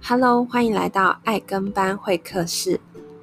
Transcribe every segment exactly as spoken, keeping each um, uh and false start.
Hello， 欢迎来到爱跟班会客室。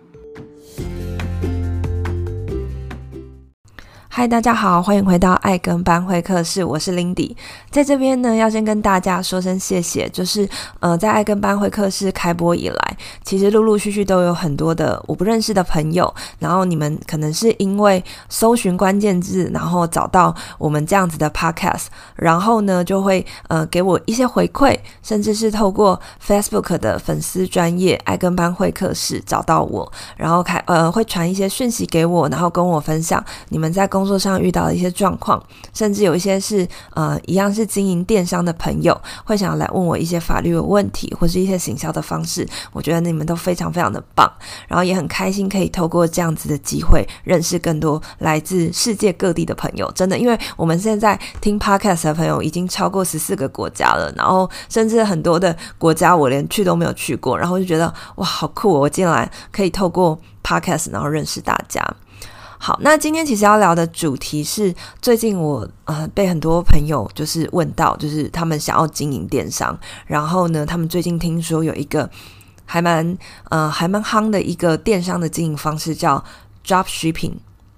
嗨，大家好，欢迎回到爱跟班会客室，我是 Lindy。在这边呢，要先跟大家说声谢谢，就是呃，在爱跟班会客室开播以来，其实陆陆续续都有很多的我不认识的朋友，然后你们可能是因为搜寻关键字，然后找到我们这样子的 podcast， 然后呢就会呃给我一些回馈，甚至是透过 Facebook 的粉丝专页爱跟班会客室找到我，然后开呃会传一些讯息给我，然后跟我分享你们在工作上遇到的一些状况，甚至有一些是呃一样是经营电商的朋友，会想要来问我一些法律的问题，或是一些行销的方式。我觉得你们都非常非常的棒，然后也很开心可以透过这样子的机会认识更多来自世界各地的朋友。真的，因为我们现在听 podcast 的朋友已经超过十四个国家了，然后甚至很多的国家我连去都没有去过，然后就觉得哇好酷哦，我竟然可以透过 podcast 然后认识大家。好，那今天其实要聊的主题是最近我呃被很多朋友就是问到，就是他们想要经营电商，然后呢他们最近听说有一个还蛮呃还蛮夯的一个电商的经营方式叫 drop shipping。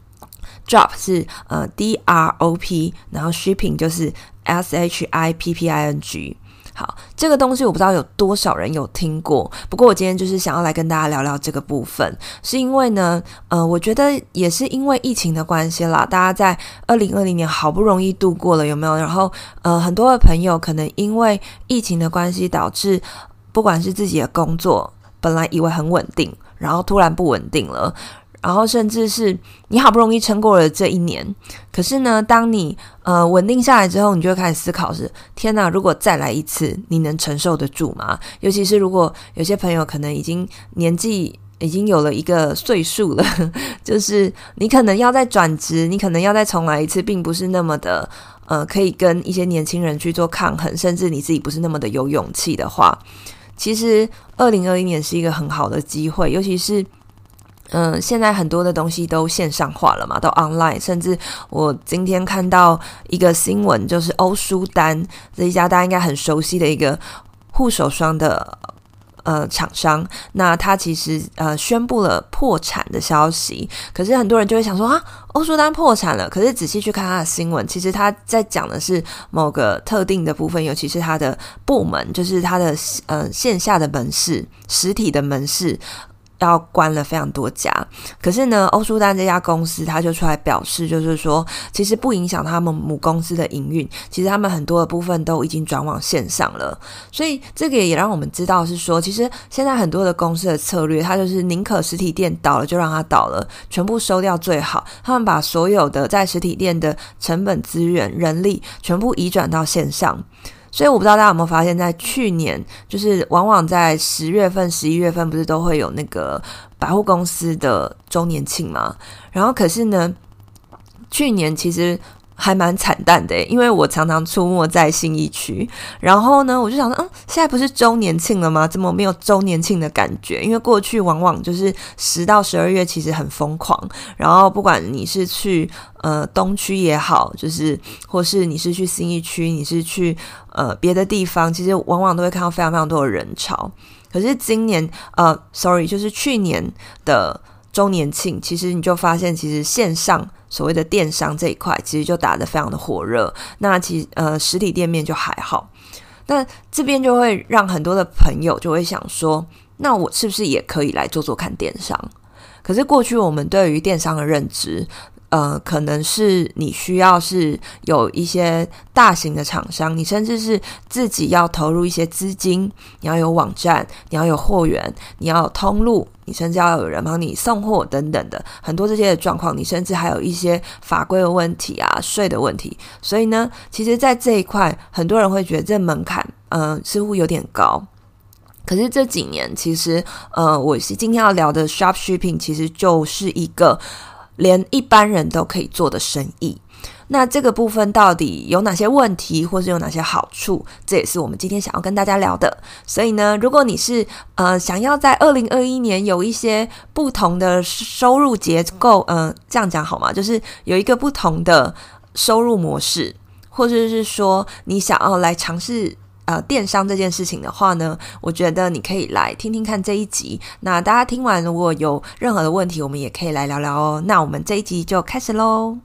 drop 是呃 D R O P， 然后 shipping 就是 S H I P P I N G。好，这个东西我不知道有多少人有听过，不过我今天就是想要来跟大家聊聊这个部分，是因为呢呃，我觉得也是因为疫情的关系啦，大家在二零二零年好不容易度过了，有没有？然后呃，很多的朋友可能因为疫情的关系导致不管是自己的工作本来以为很稳定，然后突然不稳定了，然后甚至是你好不容易撑过了这一年，可是呢当你呃稳定下来之后，你就会开始思考是天哪，如果再来一次你能承受得住吗？尤其是如果有些朋友可能已经年纪已经有了一个岁数了，就是你可能要再转职，你可能要再重来一次，并不是那么的呃可以跟一些年轻人去做抗衡，甚至你自己不是那么的有勇气的话，其实二零二一年是一个很好的机会，尤其是嗯、呃，现在很多的东西都线上化了嘛，都 online， 甚至我今天看到一个新闻，就是欧舒丹这一家大家应该很熟悉的一个护手霜的呃厂商，那他其实呃宣布了破产的消息，可是很多人就会想说啊，欧舒丹破产了，可是仔细去看他的新闻，其实他在讲的是某个特定的部分，尤其是他的部门，就是他的呃线下的门市，实体的门市要关了非常多家，可是呢欧舒丹这家公司他就出来表示，就是说其实不影响他们母公司的营运，其实他们很多的部分都已经转往线上了，所以这个也让我们知道是说，其实现在很多的公司的策略，它就是宁可实体店倒了就让它倒了，全部收掉最好，他们把所有的在实体店的成本资源人力全部移转到线上。所以我不知道大家有没有发现，在去年就是往往在十月份十一月份不是都会有那个百货公司的周年庆嘛，然后可是呢去年其实还蛮惨淡的耶，因为我常常出没在信义区，然后呢我就想说嗯，现在不是周年庆了吗？怎么没有周年庆的感觉？因为过去往往就是十到十二月其实很疯狂，然后不管你是去呃东区也好，就是或是你是去信义区，你是去呃别的地方，其实往往都会看到非常非常多的人潮。可是今年呃 sorry 就是去年的周年庆，其实你就发现其实线上所谓的电商这一块其实就打得非常的火热，那其实呃实体店面就还好。那这边就会让很多的朋友就会想说，那我是不是也可以来做做看电商？可是过去我们对于电商的认知呃，可能是你需要是有一些大型的厂商，你甚至是自己要投入一些资金，你要有网站，你要有货源，你要有通路，你甚至要有人帮你送货等等的很多这些的状况，你甚至还有一些法规的问题啊，税的问题。所以呢其实在这一块很多人会觉得这门槛呃似乎有点高，可是这几年其实呃我是今天要聊的 drop shipping 其实就是一个连一般人都可以做的生意。那这个部分到底有哪些问题，或是有哪些好处，这也是我们今天想要跟大家聊的。所以呢如果你是呃想要在二零二一年有一些不同的收入结构，呃这样讲好吗？就是有一个不同的收入模式，或者是说你想要来尝试呃，电商这件事情的话呢，我觉得你可以来听听看这一集。那大家听完如果有任何的问题，我们也可以来聊聊哦。那我们这一集就开始咯。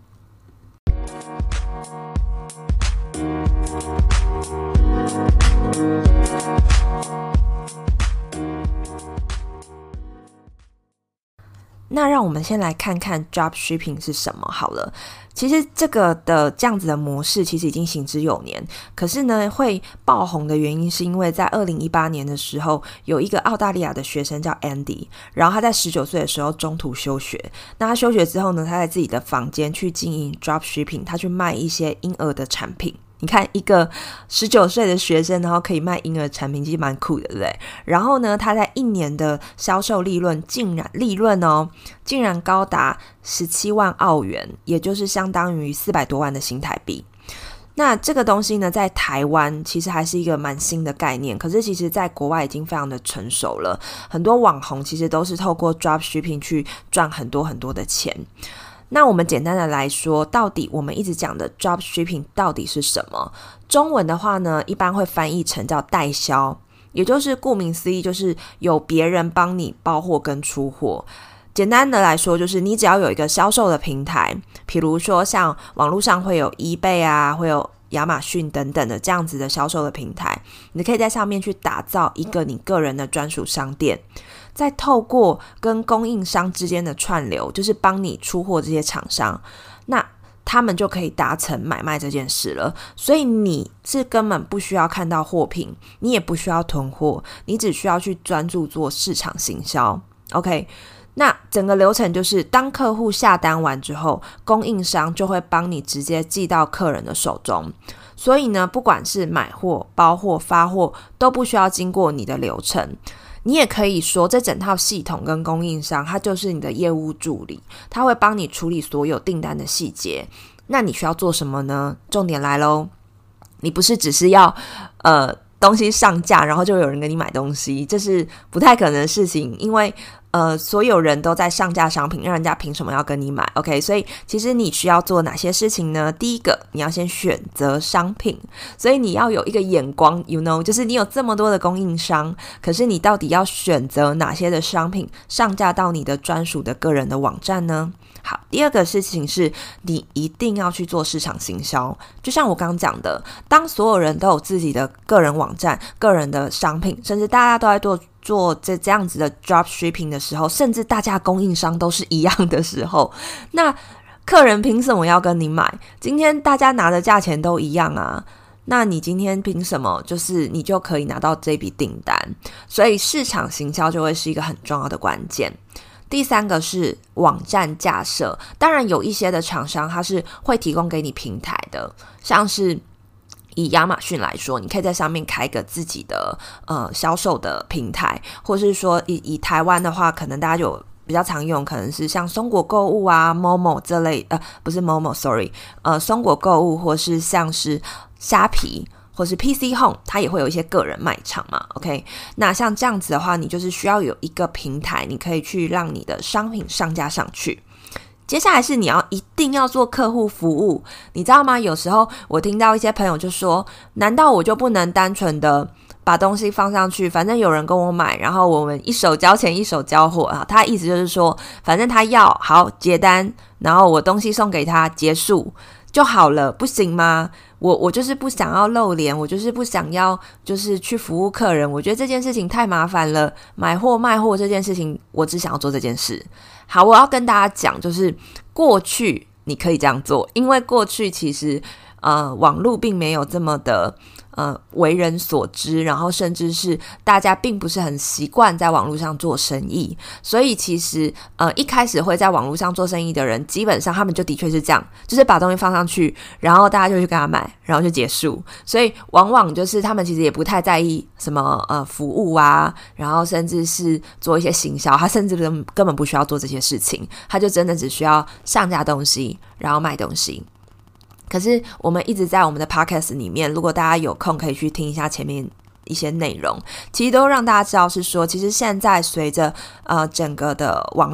那让我们先来看看 dropshipping 是什么好了。其实这个的这样子的模式其实已经行之有年，可是呢会爆红的原因是因为在二零一八年的时候，有一个澳大利亚的学生叫 Andy， 然后他在十九岁的时候中途休学。那他休学之后呢，他在自己的房间去经营 dropshipping， 他去卖一些婴儿的产品。你看一个十九岁的学生，然后可以卖婴儿产品，其实蛮酷的，对不对？然后呢，他在一年的销售利润竟然利润哦，竟然高达十七万澳元，也就是相当于四百多万的新台币。那这个东西呢，在台湾其实还是一个蛮新的概念，可是其实在国外已经非常的成熟了。很多网红其实都是透过 dropshipping 去赚很多很多的钱。那我们简单的来说，到底我们一直讲的 dropshipping 到底是什么？中文的话呢，一般会翻译成叫代销，也就是顾名思义，就是有别人帮你包货跟出货。简单的来说，就是你只要有一个销售的平台，比如说像网络上会有 eBay 啊，会有亚马逊等等的这样子的销售的平台，你可以在上面去打造一个你个人的专属商店，再透过跟供应商之间的串流，就是帮你出货这些厂商，那他们就可以达成买卖这件事了。所以你是根本不需要看到货品，你也不需要囤货，你只需要去专注做市场行销。 OK，那整个流程就是当客户下单完之后，供应商就会帮你直接寄到客人的手中。所以呢，不管是买货、包货、发货，都不需要经过你的流程。你也可以说这整套系统跟供应商，它就是你的业务助理，他会帮你处理所有订单的细节。那你需要做什么呢？重点来咯，你不是只是要呃东西上架然后就有人跟你买东西，这是不太可能的事情，因为呃，所有人都在上架商品，让人家凭什么要跟你买 OK， 所以其实你需要做哪些事情呢？第一个，你要先选择商品，所以你要有一个眼光 you know， 就是你有这么多的供应商，可是你到底要选择哪些的商品上架到你的专属的个人的网站呢？好，第二个事情是你一定要去做市场行销。就像我刚刚讲的，当所有人都有自己的个人网站、个人的商品，甚至大家都在做做这这样子的 dropshipping 的时候，甚至大家供应商都是一样的时候，那客人凭什么要跟你买？今天大家拿的价钱都一样啊，那你今天凭什么就是你就可以拿到这笔订单？所以市场行销就会是一个很重要的关键。第三个是网站架设，当然有一些的厂商它是会提供给你平台的，像是以亚马逊来说，你可以在上面开个自己的呃销售的平台，或是说以以台湾的话，可能大家就比较常用，可能是像松果购物啊、Momo 这类，呃，不是 Momo，sorry， 呃，松果购物，或是像是虾皮，或是 P C Home， 它也会有一些个人卖场嘛 ，OK， 那像这样子的话，你就是需要有一个平台，你可以去让你的商品上架上去。接下来是你要一定要做客户服务，你知道吗？有时候我听到一些朋友就说，难道我就不能单纯的把东西放上去，反正有人跟我买，然后我们一手交钱一手交货啊？他意思就是说，反正他要好结单，然后我东西送给他结束就好了，不行吗？我我就是不想要露脸，我就是不想要就是去服务客人，我觉得这件事情太麻烦了，买货卖货这件事情我只想要做这件事。好，我要跟大家讲，就是过去你可以这样做，因为过去其实呃网络并没有这么的呃为人所知，然后甚至是大家并不是很习惯在网络上做生意，所以其实呃一开始会在网络上做生意的人，基本上他们就的确是这样，就是把东西放上去，然后大家就去跟他买，然后就结束。所以往往就是他们其实也不太在意什么呃服务啊，然后甚至是做一些行销，他甚至根本不需要做这些事情，他就真的只需要上架东西，然后卖东西。可是我们一直在我们的 podcast 里面，如果大家有空可以去听一下前面一些内容，其实都让大家知道是说，其实现在随着呃整个的网络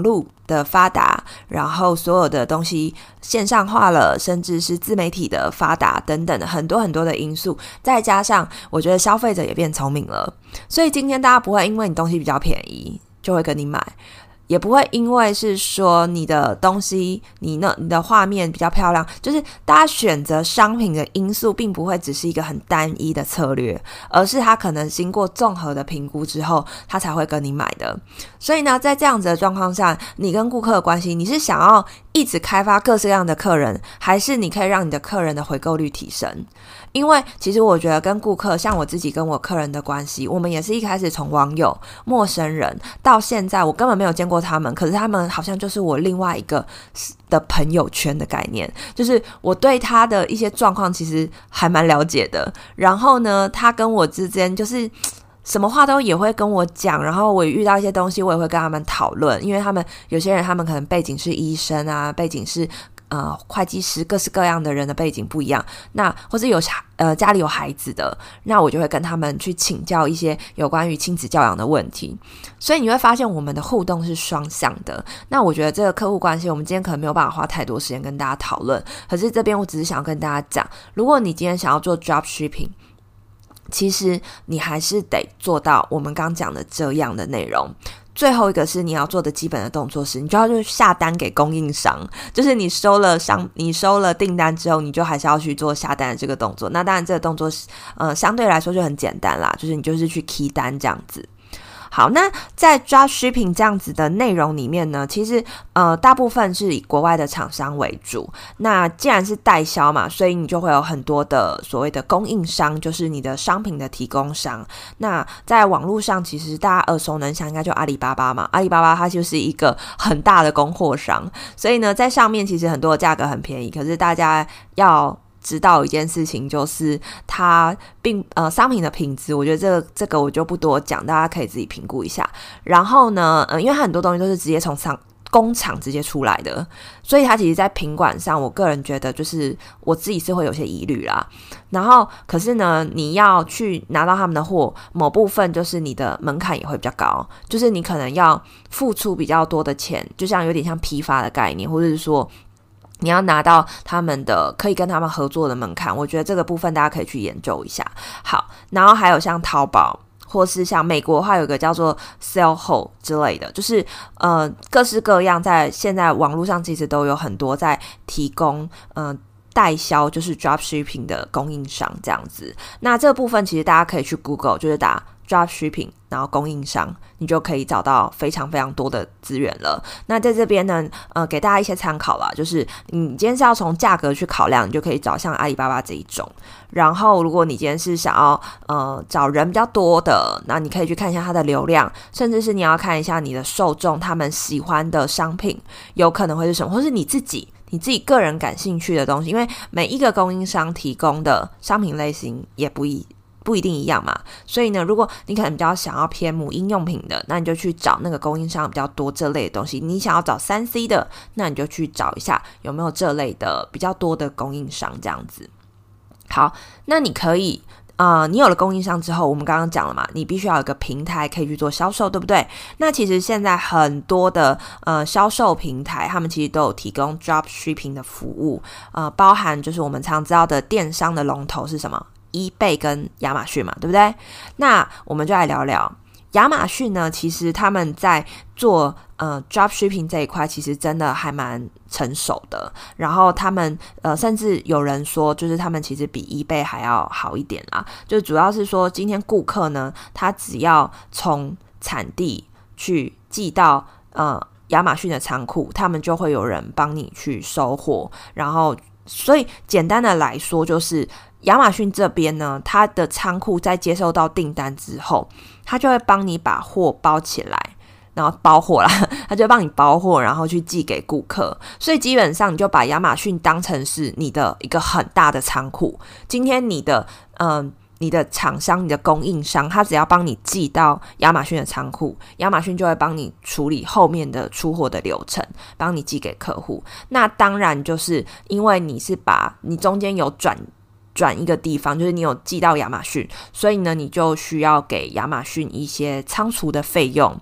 的发达，然后所有的东西线上化了，甚至是自媒体的发达等等的很多很多的因素，再加上我觉得消费者也变聪明了，所以今天大家不会因为你东西比较便宜就会跟你买，也不会因为是说你的东西你呢你的画面比较漂亮，就是大家选择商品的因素并不会只是一个很单一的策略，而是他可能经过综合的评估之后他才会跟你买的。所以呢，在这样子的状况下，你跟顾客的关系，你是想要一直开发各式各样的客人，还是你可以让你的客人的回购率提升？因为其实我觉得跟顾客，像我自己跟我客人的关系，我们也是一开始从网友、陌生人到现在我根本没有见过他们，可是他们好像就是我另外一个的朋友圈的概念，就是我对他的一些状况其实还蛮了解的，然后呢他跟我之间就是什么话都也会跟我讲，然后我遇到一些东西我也会跟他们讨论，因为他们有些人他们可能背景是医生啊，背景是呃会计师，各式各样的人的背景不一样，那或是有呃家里有孩子的，那我就会跟他们去请教一些有关于亲子教养的问题，所以你会发现我们的互动是双向的。那我觉得这个客户关系我们今天可能没有办法花太多时间跟大家讨论，可是这边我只是想要跟大家讲，如果你今天想要做 dropshipping，其实你还是得做到我们刚讲的这样的内容。最后一个是你要做的基本的动作是，你就要去下单给供应商，就是你收了商，你收了订单之后，你就还是要去做下单的这个动作。那当然这个动作是呃相对来说就很简单啦，就是你就是去 key 单这样子。好，那在 dropshipping 这样子的内容里面呢，其实呃大部分是以国外的厂商为主。那既然是代销嘛，所以你就会有很多的所谓的供应商，就是你的商品的提供商。那在网络上其实大家耳熟能详应该就阿里巴巴嘛，阿里巴巴它就是一个很大的供货商，所以呢在上面其实很多的价格很便宜，可是大家要知道一件事情，就是它并呃商品的品质，我觉得这个这个我就不多讲，大家可以自己评估一下。然后呢，呃，因为它很多东西都是直接从商工厂直接出来的，所以它其实在品管上，我个人觉得就是我自己是会有些疑虑啦。然后可是呢，你要去拿到他们的货，某部分就是你的门槛也会比较高，就是你可能要付出比较多的钱，就像有点像批发的概念，或者是说你要拿到他们的可以跟他们合作的门槛，我觉得这个部分大家可以去研究一下。好，然后还有像淘宝或是像美国的话有一个叫做 Sell Hole 之类的，就是呃各式各样在现在网络上其实都有很多在提供呃代销，就是 dropshipping 的供应商这样子。那这个部分其实大家可以去 Google 就是打 dropshipping 然后供应商，你就可以找到非常非常多的资源了。那在这边呢呃给大家一些参考啦，就是你今天是要从价格去考量，你就可以找像阿里巴巴这一种。然后如果你今天是想要呃找人比较多的，那你可以去看一下它的流量，甚至是你要看一下你的受众他们喜欢的商品有可能会是什么，或是你自己你自己个人感兴趣的东西，因为每一个供应商提供的商品类型也不一不一定一样嘛，所以呢如果你可能比较想要偏母婴用品的，那你就去找那个供应商比较多这类的东西。你想要找 三 C 的，那你就去找一下有没有这类的比较多的供应商这样子。好，那你可以呃，你有了供应商之后，我们刚刚讲了嘛，你必须要有一个平台可以去做销售，对不对？那其实现在很多的呃销售平台，他们其实都有提供 dropshipping 的服务，呃，包含就是我们常知道的电商的龙头是什么？eBay 跟亚马逊嘛，对不对？那我们就来聊聊亚马逊呢，其实他们在做呃 dropshipping 这一块其实真的还蛮成熟的，然后他们呃甚至有人说就是他们其实比 eBay 还要好一点啦，就主要是说今天顾客呢他只要从产地去寄到呃亚马逊的仓库，他们就会有人帮你去收货，然后所以简单的来说就是亚马逊这边呢，它的仓库在接收到订单之后，它就会帮你把货包起来，然后包货啦，它就会帮你包货，然后去寄给顾客。所以基本上你就把亚马逊当成是你的一个很大的仓库。今天你的嗯、呃，你的厂商、你的供应商，他只要帮你寄到亚马逊的仓库，亚马逊就会帮你处理后面的出货的流程，帮你寄给客户。那当然就是因为你是把你中间有转。转一个地方，就是你有寄到亚马逊，所以呢你就需要给亚马逊一些仓储的费用，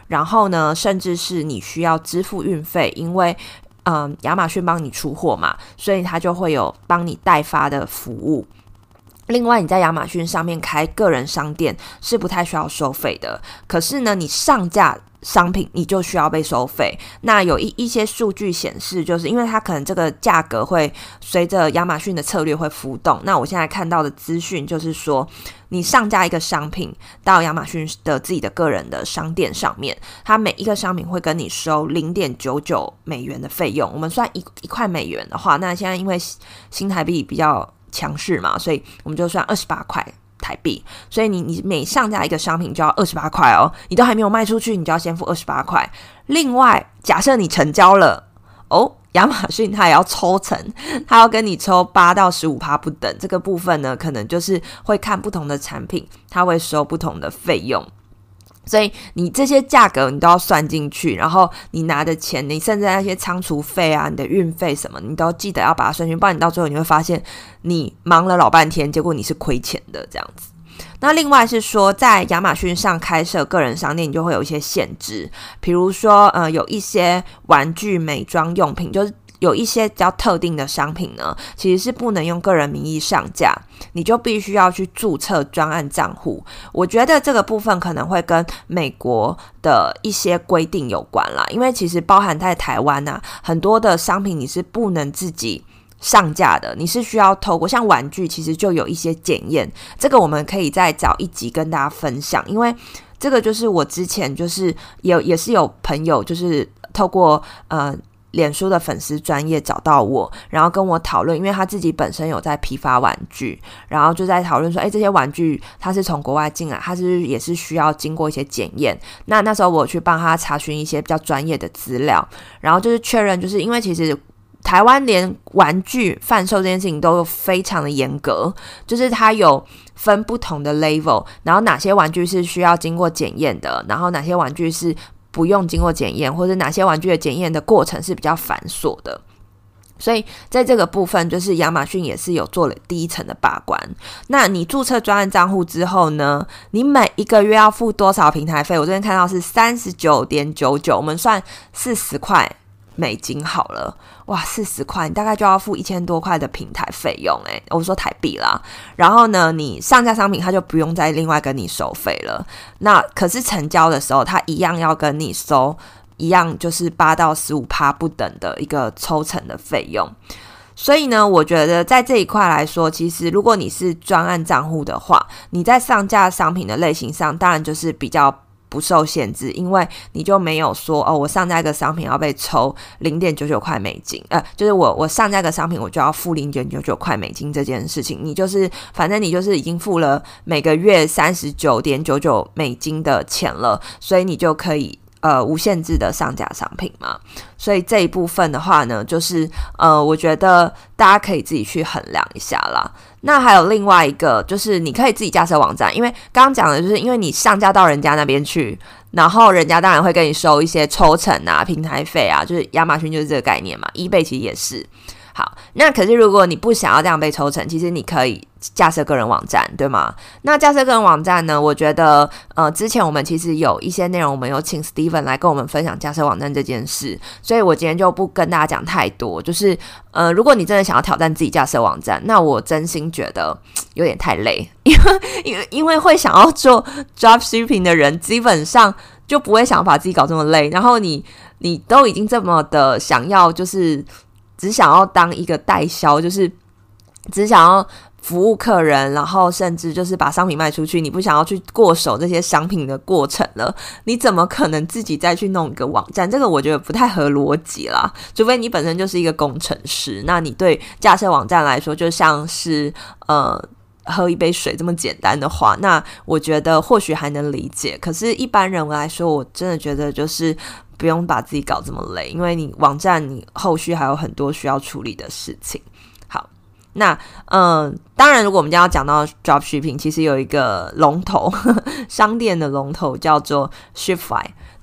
然后呢，甚至是你需要支付运费，因为嗯，亚马逊帮你出货嘛，所以它就会有帮你代发的服务。另外，你在亚马逊上面开个人商店是不太需要收费的，可是呢，你上架商品你就需要被收费。那有一一些数据显示，就是因为它可能这个价格会随着亚马逊的策略会浮动。那我现在看到的资讯就是说，你上架一个商品到亚马逊的自己的个人的商店上面，它每一个商品会跟你收 零点九九美元的费用。我们算一一块美元的话，那现在因为新台币比较强势嘛，所以我们就算二十八块台币，所以你你每上架一个商品就要二十八块哦，你都还没有卖出去，你就要先付二十八块。另外，假设你成交了哦，亚马逊它也要抽成，它要跟你抽八到十五趴不等，这个部分呢，可能就是会看不同的产品，它会收不同的费用。所以你这些价格你都要算进去，然后你拿的钱，你甚至那些仓储费啊，你的运费什么，你都记得要把它算进去，不然你到最后你会发现你忙了老半天，结果你是亏钱的这样子。那另外是说，在亚马逊上开设个人商店，你就会有一些限制，比如说呃，有一些玩具、美妆用品，就是有一些比较特定的商品呢，其实是不能用个人名义上架，你就必须要去注册专案账户。我觉得这个部分可能会跟美国的一些规定有关啦，因为其实包含在台湾啊，很多的商品你是不能自己上架的，你是需要透过像玩具，其实就有一些检验，这个我们可以再找一集跟大家分享，因为这个就是我之前就是也也是有朋友就是透过呃。脸书的粉丝专页找到我，然后跟我讨论，因为他自己本身有在批发玩具，然后就在讨论说，诶，这些玩具他是从国外进来，他是不是也是需要经过一些检验？那那时候我去帮他查询一些比较专业的资料，然后就是确认，就是因为其实台湾连玩具贩售这件事情都非常的严格，就是它有分不同的 level， 然后哪些玩具是需要经过检验的，然后哪些玩具是不用经过检验，或者哪些玩具的检验的过程是比较繁琐的。所以在这个部分，就是亚马逊也是有做了第一层的把关。那你注册专案账户之后呢，你每一个月要付多少平台费？我这边看到是 三十九点九九， 我们算四十块美金好了。哇，四十块你大概就要付一千多块的平台费用，诶，我说台币啦。然后呢，你上架商品它就不用再另外跟你收费了。那可是成交的时候，它一样要跟你收，一样就是八到十五趴不等的一个抽成的费用。所以呢，我觉得在这一块来说，其实如果你是专案账户的话，你在上架商品的类型上，当然就是比较不受限制，因为你就没有说哦，我上架一个商品要被抽 零点九九块美金，呃，就是我我上架一个商品我就要付 零点九九块美金这件事情，你就是反正你就是已经付了每个月 三十九点九九美金的钱了，所以你就可以呃无限制的上架商品嘛。所以这一部分的话呢，就是呃我觉得大家可以自己去衡量一下啦。那还有另外一个，就是你可以自己架设网站，因为刚刚讲的就是因为你上架到人家那边去，然后人家当然会跟你收一些抽成啊、平台费啊，就是亚马逊就是这个概念嘛， eBay 其实也是。好，那可是如果你不想要这样被抽成，其实你可以架设个人网站，对吗？那架设个人网站呢，我觉得呃，之前我们其实有一些内容，我们有请 Steven 来跟我们分享架设网站这件事，所以我今天就不跟大家讲太多。就是呃，如果你真的想要挑战自己架设网站，那我真心觉得有点太累，因为因为因为会想要做 dropshipping 的人，基本上就不会想把自己搞这么累，然后你你都已经这么的想要，就是只想要当一个代销，就是只想要服务客人，然后甚至就是把商品卖出去，你不想要去过手这些商品的过程了，你怎么可能自己再去弄一个网站？这个我觉得不太合逻辑啦，除非你本身就是一个工程师，那你对架设网站来说就像是呃喝一杯水这么简单的话，那我觉得或许还能理解。可是一般人来说，我真的觉得就是不用把自己搞这么累，因为你网站你后续还有很多需要处理的事情。好，那嗯，当然如果我们将要讲到 dropshipping， 其实有一个龙头呵呵商店的龙头叫做 Shopify。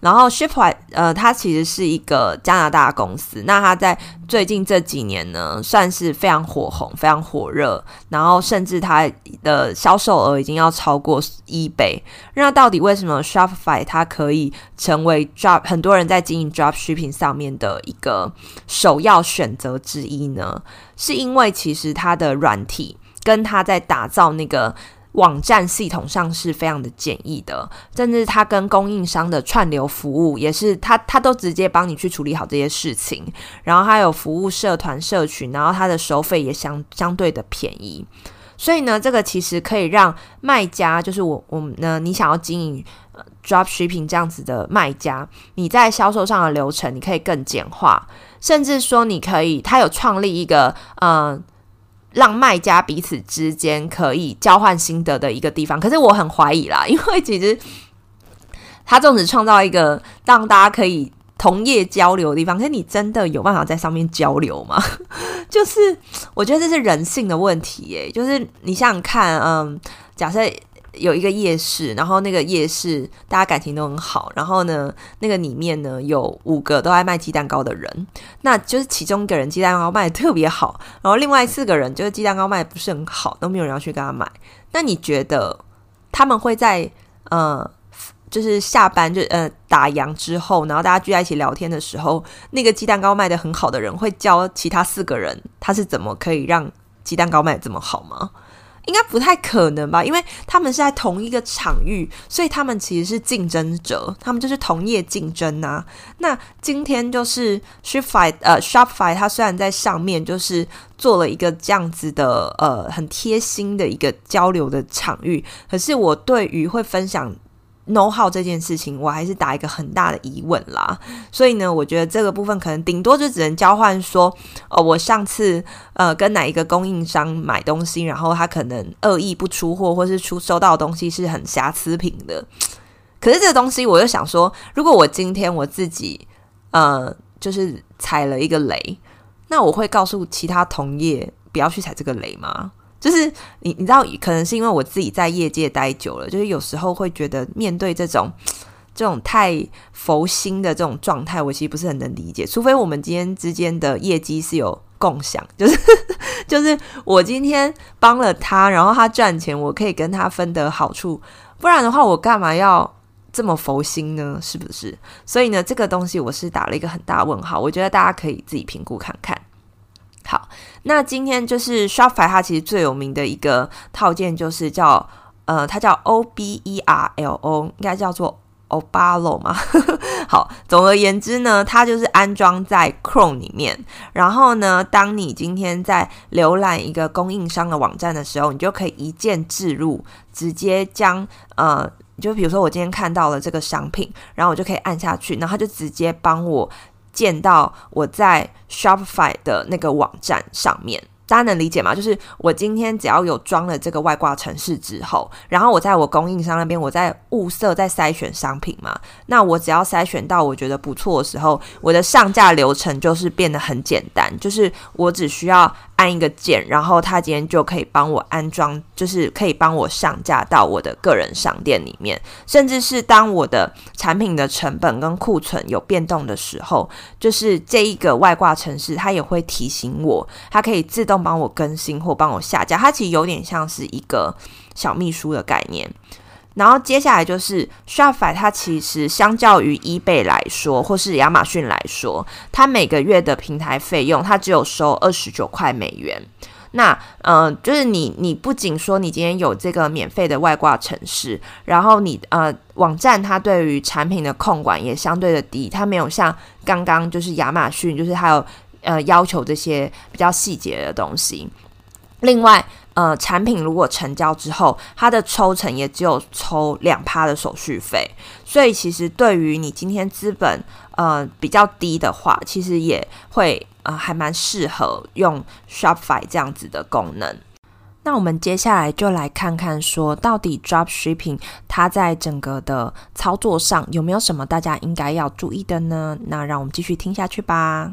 然后 Shopify 呃，它其实是一个加拿大公司，那它在最近这几年呢，算是非常火红、非常火热，然后甚至它的销售额已经要超过 eBay。那到底为什么 Shopify 它可以成为 drop 很多人在经营 dropshipping 上面的一个首要选择之一呢？是因为其实它的软体跟它在打造那个网站系统上是非常的简易的，甚至它跟供应商的串流服务也是它它都直接帮你去处理好这些事情，然后它有服务社团社群，然后它的收费也相相对的便宜，所以呢，这个其实可以让卖家，就是我我们呢，你想要经营、呃、dropshipping 这样子的卖家，你在销售上的流程你可以更简化，甚至说你可以，它有创立一个呃。让卖家彼此之间可以交换心得的一个地方，可是我很怀疑啦，因为其实他纵使创造一个让大家可以同业交流的地方，可是你真的有办法在上面交流吗？就是我觉得这是人性的问题耶，就是你想想看，嗯，假设有一个夜市，然后那个夜市大家感情都很好，然后呢那个里面呢有五个都爱卖鸡蛋糕的人，那就是其中一个人鸡蛋糕卖得特别好，然后另外四个人就是鸡蛋糕卖得不是很好，都没有人要去跟他买。那你觉得他们会在呃就是下班就呃打烊之后，然后大家聚在一起聊天的时候，那个鸡蛋糕卖得很好的人会教其他四个人他是怎么可以让鸡蛋糕卖得这么好吗？应该不太可能吧，因为他们是在同一个场域，所以他们其实是竞争者，他们就是同业竞争啊。那今天就是 Shopify 呃 Shopify 它虽然在上面就是做了一个这样子的呃很贴心的一个交流的场域，可是我对于会分享know how 这件事情我还是打一个很大的疑问啦，所以呢我觉得这个部分可能顶多就只能交换说哦，我上次呃跟哪一个供应商买东西，然后他可能恶意不出货，或是出收到的东西是很瑕疵品的。可是这个东西我就想说，如果我今天我自己呃就是踩了一个雷，那我会告诉其他同业不要去踩这个雷吗？就是你你知道，可能是因为我自己在业界待久了，就是有时候会觉得面对这种这种太佛心的这种状态，我其实不是很能理解。除非我们今天之间的业绩是有共享，就是就是我今天帮了他，然后他赚钱，我可以跟他分得好处，不然的话，我干嘛要这么佛心呢？是不是？所以呢，这个东西我是打了一个很大问号，我觉得大家可以自己评估看看。好，那今天就是 Shopify 它其实最有名的一个套件就是叫呃，它叫 O B E R L O， 应该叫做 Oberlo 嘛。好，总而言之呢，它就是安装在 Chrome 里面，然后呢，当你今天在浏览一个供应商的网站的时候，你就可以一键置入，直接将呃，就比如说我今天看到了这个商品，然后我就可以按下去，然后它就直接帮我建到我在 Shopify 的那个网站上面。大家能理解吗？就是我今天只要有装了这个外挂程式之后，然后我在我供应商那边，我在物色在筛选商品嘛，那我只要筛选到我觉得不错的时候，我的上架流程就是变得很简单，就是我只需要按一个键，然后他今天就可以帮我安装，就是可以帮我上架到我的个人商店里面，甚至是当我的产品的成本跟库存有变动的时候，就是这一个外挂程式它也会提醒我，它可以自动帮我更新或帮我下架，它其实有点像是一个小秘书的概念。然后接下来就是 Shopify 它其实相较于 eBay 来说或是亚马逊来说，它每个月的平台费用它只有收二十九块美元。那呃，就是你你不仅说你今天有这个免费的外挂程式，然后你呃网站它对于产品的控管也相对的低，它没有像刚刚就是亚马逊就是还有呃要求这些比较细节的东西。另外呃，产品如果成交之后，它的抽成也只有抽 百分之二 的手续费，所以其实对于你今天资本呃比较低的话，其实也会呃还蛮适合用 Shopify 这样子的功能。那我们接下来就来看看说，到底 Dropshipping 它在整个的操作上有没有什么大家应该要注意的呢？那让我们继续听下去吧。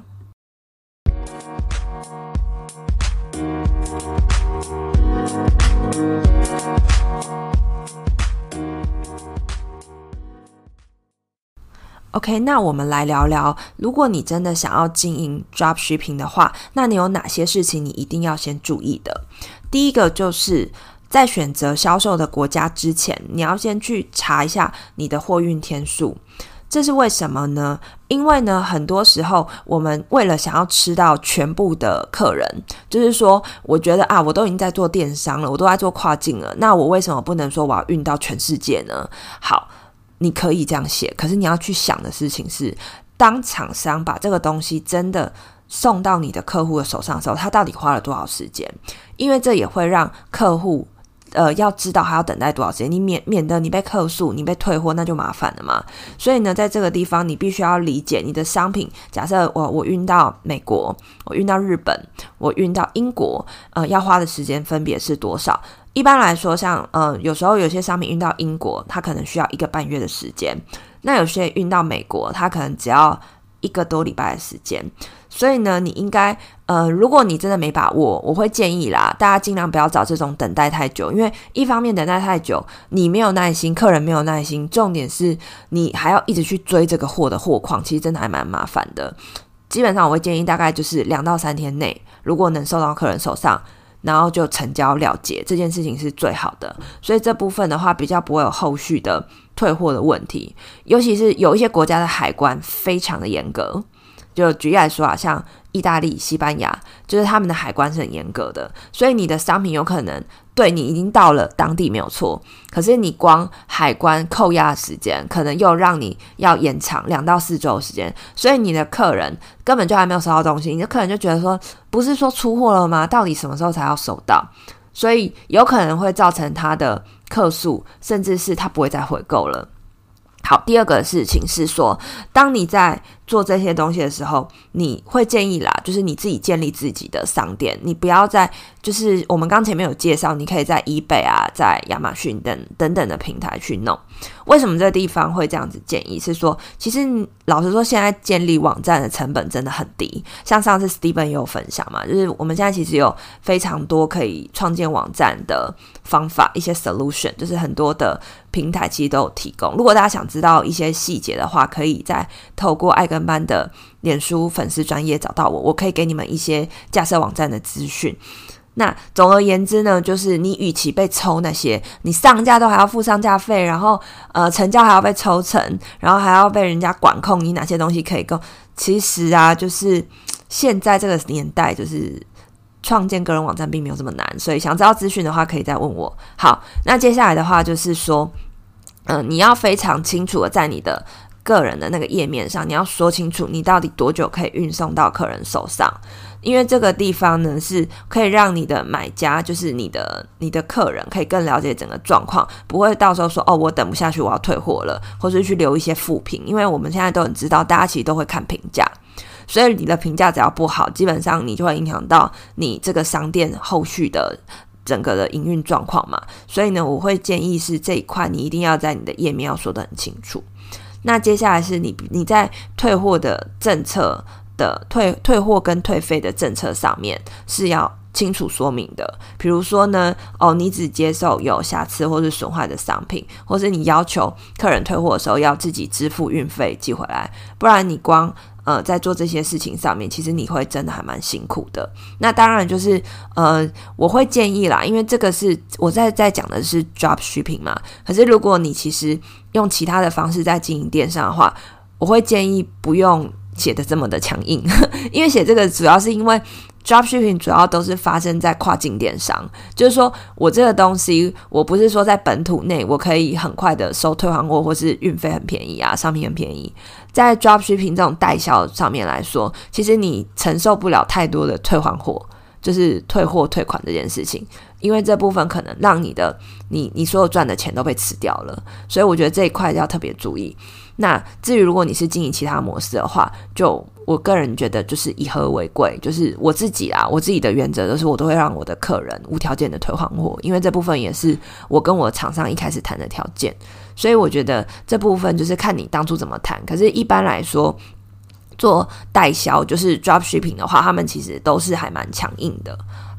OK， 那我们来聊聊，如果你真的想要经营 dropshipping 的话，那你有哪些事情你一定要先注意的？第一个就是在选择销售的国家之前，你要先去查一下你的货运天数。这是为什么呢？因为呢，很多时候我们为了想要吃到全部的客人，就是说我觉得啊，我都已经在做电商了，我都在做跨境了，那我为什么不能说我要运到全世界呢？好，你可以这样写，可是你要去想的事情是，当厂商把这个东西真的送到你的客户的手上的时候，他到底花了多少时间？因为这也会让客户呃，要知道还要等待多少时间，你免免得你被客诉，你被退货，那就麻烦了嘛。所以呢，在这个地方，你必须要理解你的商品。假设我我运到美国，我运到日本，我运到英国，呃，要花的时间分别是多少？一般来说，像呃，有时候有些商品运到英国，它可能需要一个半月的时间；那有些运到美国，它可能只要一个多礼拜的时间。所以呢，你应该呃，如果你真的没把握，我会建议啦，大家尽量不要找这种等待太久，因为一方面等待太久，你没有耐心，客人没有耐心，重点是你还要一直去追这个货的货况，其实真的还蛮麻烦的。基本上我会建议大概就是两到三天内，如果能送到客人手上，然后就成交了结，这件事情是最好的。所以这部分的话，比较不会有后续的退货的问题，尤其是有一些国家的海关非常的严格。就举例来说啊，像意大利、西班牙，就是他们的海关是很严格的，所以你的商品有可能对你已经到了当地没有错，可是你光海关扣押的时间，可能又让你要延长两到四周的时间，所以你的客人根本就还没有收到东西，你的客人就觉得说，不是说出货了吗？到底什么时候才要收到？所以有可能会造成他的客诉，甚至是他不会再回购了。好，第二个事情是说，当你在做这些东西的时候，你会建议啦，就是你自己建立自己的商店，你不要在就是我们刚前面有介绍，你可以在 eBay 啊，在亚马逊等等等的平台去弄。为什么这个地方会这样子建议？是说，其实老实说，现在建立网站的成本真的很低。像上次 Steven 也有分享嘛，就是我们现在其实有非常多可以创建网站的方法，一些 solution， 就是很多的平台其实都有提供。如果大家想知道一些细节的话，可以再透过爱跟班的脸书粉丝专页找到我，我可以给你们一些架设网站的资讯。那总而言之呢，就是你与其被抽那些，你上架都还要付上架费，然后呃成交还要被抽成，然后还要被人家管控你哪些东西可以够。其实啊，就是现在这个年代，就是创建个人网站并没有这么难，所以想知道资讯的话，可以再问我。好，那接下来的话就是说，嗯、呃，你要非常清楚的在你的个人的那个页面上，你要说清楚你到底多久可以运送到客人手上。因为这个地方呢，是可以让你的买家，就是你的你的客人可以更了解整个状况，不会到时候说哦我等不下去我要退货了，或是去留一些负评。因为我们现在都很知道，大家其实都会看评价，所以你的评价只要不好，基本上你就会影响到你这个商店后续的整个的营运状况嘛。所以呢，我会建议是这一块你一定要在你的页面要说得很清楚。那接下来是你你在退货的政策的退退货跟退费的政策上面是要清楚说明的。比如说呢，哦，你只接受有瑕疵或是损坏的商品，或是你要求客人退货的时候要自己支付运费寄回来，不然你光呃在做这些事情上面，其实你会真的还蛮辛苦的。那当然就是呃我会建议啦，因为这个是我在在讲的是 dropshipping 嘛，可是如果你其实用其他的方式在经营电商的话，我会建议不用写的这么的强硬因为写这个主要是因为 dropshipping 主要都是发生在跨境电商，就是说我这个东西我不是说在本土内我可以很快的收退换货或是运费很便宜啊，商品很便宜。在 dropshipping 这种代销上面来说，其实你承受不了太多的退换货，就是退货退款这件事情，因为这部分可能让你的你你所有赚的钱都被吃掉了，所以我觉得这一块要特别注意。那至于如果你是经营其他模式的话，就我个人觉得就是以和为贵，就是我自己啦，我自己的原则就是我都会让我的客人无条件的退换货，因为这部分也是我跟我厂商一开始谈的条件，所以我觉得这部分就是看你当初怎么谈。可是一般来说做代销就是 dropshipping 的话，他们其实都是还蛮强硬的。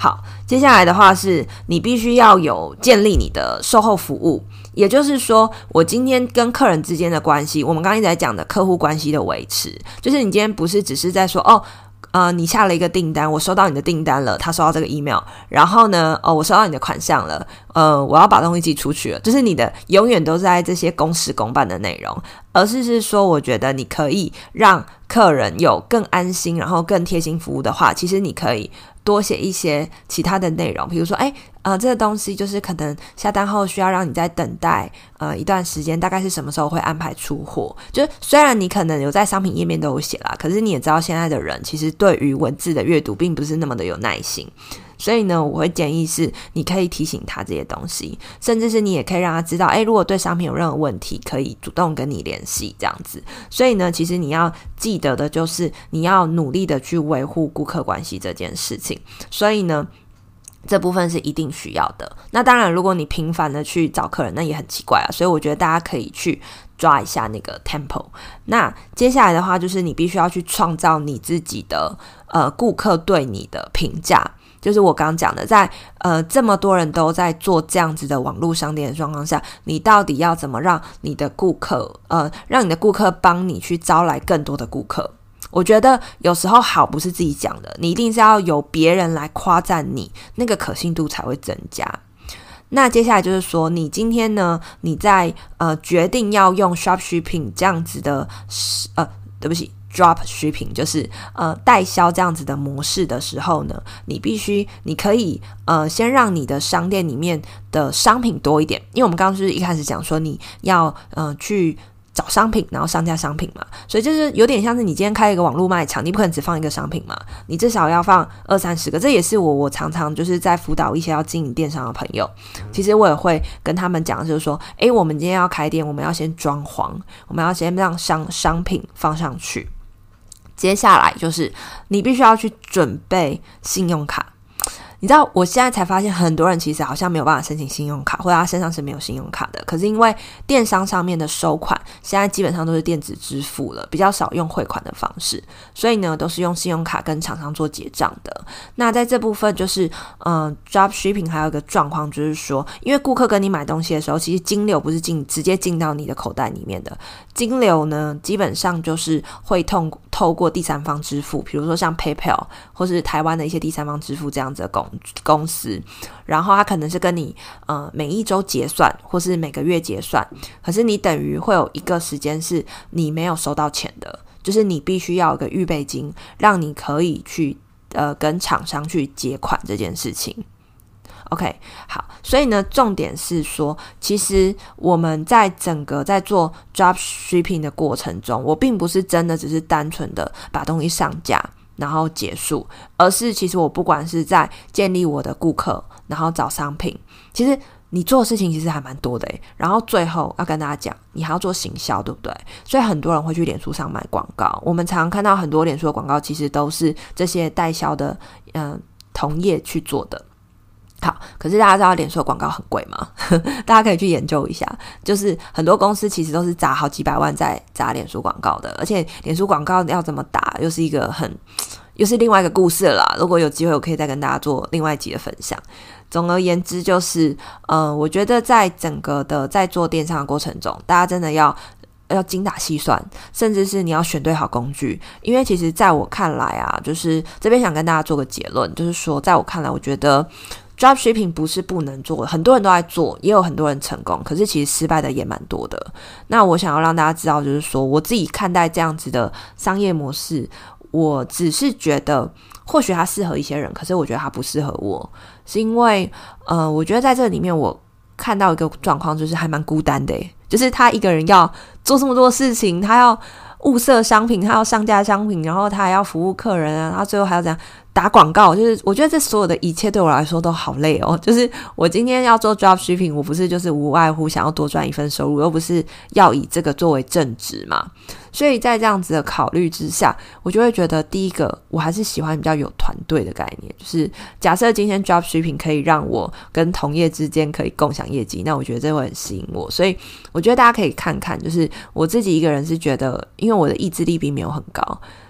好，接下来的话是你必须要有建立你的售后服务，也就是说我今天跟客人之间的关系，我们刚刚一直在讲的客户关系的维持，就是你今天不是只是在说哦呃，你下了一个订单，我收到你的订单了，他收到这个 email， 然后呢，哦，我收到你的款项了，呃，我要把东西寄出去了，就是你的永远都是在这些公事公办的内容，而是是说，我觉得你可以让客人有更安心，然后更贴心服务的话，其实你可以多写一些其他的内容，比如说，哎，呃，这个东西就是可能下单后需要让你再等待呃一段时间，大概是什么时候会安排出货？就是虽然你可能有在商品页面都有写啦，可是你也知道现在的人其实对于文字的阅读并不是那么的有耐心。所以呢，我会建议是你可以提醒他这些东西，甚至是你也可以让他知道，诶，如果对商品有任何问题，可以主动跟你联系这样子。所以呢，其实你要记得的就是你要努力的去维护顾客关系这件事情。所以呢，这部分是一定需要的。那当然，如果你频繁的去找客人，那也很奇怪啊。所以我觉得大家可以去抓一下那个 tempo。那接下来的话，就是你必须要去创造你自己的呃顾客对你的评价。就是我刚刚讲的，在呃这么多人都在做这样子的网络商店的状况下，你到底要怎么让你的顾客呃让你的顾客帮你去招来更多的顾客？我觉得有时候好不是自己讲的，你一定是要有别人来夸赞你，那个可信度才会增加。那接下来就是说，你今天呢，你在呃决定要用 Dropshipping 这样子的呃对不起。drop shipping 就是呃代销这样子的模式的时候呢，你必须你可以呃先让你的商店里面的商品多一点，因为我们刚刚就是一开始讲说你要呃去找商品，然后上架商品嘛，所以就是有点像是你今天开一个网络卖场，你不可能只放一个商品嘛，你至少要放二三十个。这也是我我常常就是在辅导一些要经营电商的朋友，其实我也会跟他们讲，就是说，诶，我们今天要开店，我们要先装潢，我们要先让商商品放上去。接下来就是你必须要去准备信用卡。你知道我现在才发现很多人其实好像没有办法申请信用卡，或者他身上是没有信用卡的，可是因为电商上面的收款现在基本上都是电子支付了，比较少用汇款的方式，所以呢都是用信用卡跟厂商做结账的。那在这部分就是嗯、呃、Dropshipping 还有一个状况就是说，因为顾客跟你买东西的时候，其实金流不是进直接进到你的口袋里面的，金流呢基本上就是会透透过第三方支付，比如说像 PayPal 或是台湾的一些第三方支付这样子的公公司，然后他可能是跟你呃每一周结算或是每个月结算，可是你等于会有一个时间是你没有收到钱的，就是你必须要有个预备金，让你可以去呃跟厂商去结款这件事情。OK， 好，所以呢，重点是说，其实我们在整个在做 Dropshipping 的过程中，我并不是真的只是单纯的把东西上架然后结束，而是其实我不管是在建立我的顾客，然后找商品，其实你做的事情其实还蛮多的诶。然后最后要跟大家讲，你还要做行销，对不对？所以很多人会去脸书上买广告，我们常常看到很多脸书的广告其实都是这些代销的嗯、呃、同业去做的。好，可是大家知道脸书的广告很贵吗？大家可以去研究一下，就是很多公司其实都是砸好几百万在砸脸书广告的，而且脸书广告要怎么打又是一个很又是另外一个故事了啦，如果有机会我可以再跟大家做另外一集的分享。总而言之就是呃，我觉得在整个的在做电商的过程中，大家真的要要精打细算，甚至是你要选对好工具。因为其实在我看来啊，就是这边想跟大家做个结论，就是说在我看来，我觉得Dropshipping 不是不能做，很多人都在做，也有很多人成功，可是其实失败的也蛮多的。那我想要让大家知道，就是说我自己看待这样子的商业模式，我只是觉得或许它适合一些人，可是我觉得它不适合我，是因为呃，我觉得在这里面我看到一个状况，就是还蛮孤单的耶，就是他一个人要做这么多事情，他要物色商品，他要上架商品，然后他还要服务客人啊，他最后还要怎样打广告，就是我觉得这所有的一切对我来说都好累哦。就是我今天要做 Dropshipping， 我不是就是无外乎想要多赚一份收入，又不是要以这个作为正职嘛。所以在这样子的考虑之下，我就会觉得第一个我还是喜欢比较有团队的概念，就是假设今天 Dropshipping 可以让我跟同业之间可以共享业绩，那我觉得这会很吸引我。所以我觉得大家可以看看，就是我自己一个人是觉得因为我的意志力并没有很高，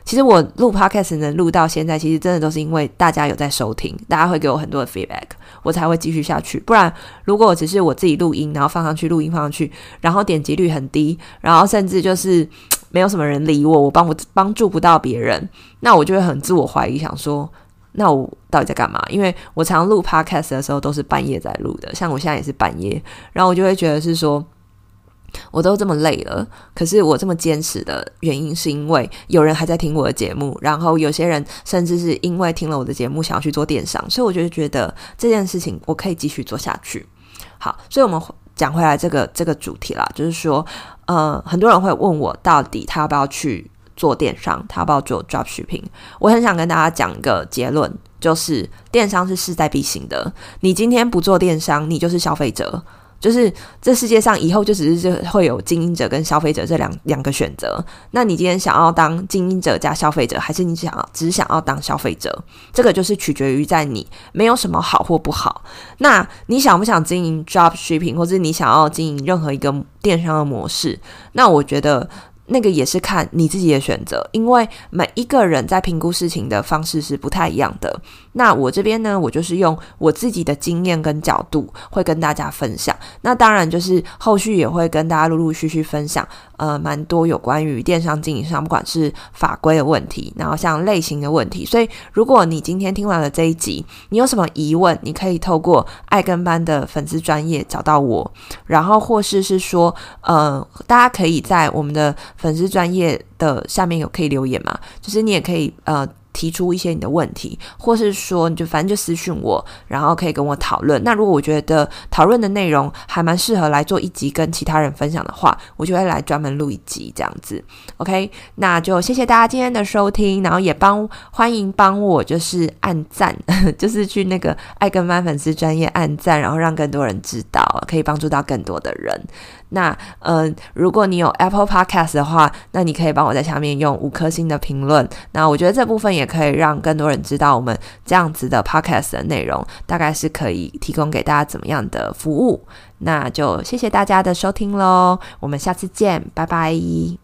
其实我录 podcast 能录到现在，其实真的都是因为大家有在收听，大家会给我很多的 feedback， 我才会继续下去。不然如果我只是我自己录音，然后放上去，录音放上去，然后点击率很低，然后甚至就是没有什么人理我，我帮不帮助不到别人，那我就会很自我怀疑，想说那我到底在干嘛？因为我常录 podcast 的时候都是半夜在录的，像我现在也是半夜，然后我就会觉得是说我都这么累了，可是我这么坚持的原因是因为有人还在听我的节目，然后有些人甚至是因为听了我的节目想要去做电商，所以我就觉得这件事情我可以继续做下去。好，所以我们讲回来这个这个主题啦，就是说呃，很多人会问我到底他要不要去做电商，他要不要做 dropshipping。 我很想跟大家讲一个结论，就是电商是势在必行的，你今天不做电商，你就是消费者，就是这世界上以后就只是会有经营者跟消费者这两两个选择。那你今天想要当经营者加消费者，还是你想要只想要当消费者，这个就是取决于在你，没有什么好或不好。那你想不想经营 dropshipping， 或者你想要经营任何一个电商的模式，那我觉得那个也是看你自己的选择，因为每一个人在评估事情的方式是不太一样的。那我这边呢，我就是用我自己的经验跟角度会跟大家分享，那当然就是后续也会跟大家陆陆续续分享呃，蛮多有关于电商经营上不管是法规的问题，然后像类型的问题。所以如果你今天听完了这一集，你有什么疑问，你可以透过爱跟班的粉丝专页找到我，然后或是是说呃，大家可以在我们的粉丝专页的下面有可以留言嘛，就是你也可以呃提出一些你的问题，或是说你就反正就私讯我，然后可以跟我讨论。那如果我觉得讨论的内容还蛮适合来做一集跟其他人分享的话，我就会来专门录一集这样子。 OK， 那就谢谢大家今天的收听，然后也帮欢迎帮我就是按赞就是去那个爱跟班粉丝专页按赞，然后让更多人知道，可以帮助到更多的人。那呃，如果你有 Apple Podcast 的话，那你可以帮我在下面用五颗星的评论，那我觉得这部分也可以让更多人知道我们这样子的 Podcast 的内容大概是可以提供给大家怎么样的服务。那就谢谢大家的收听咯，我们下次见，拜拜。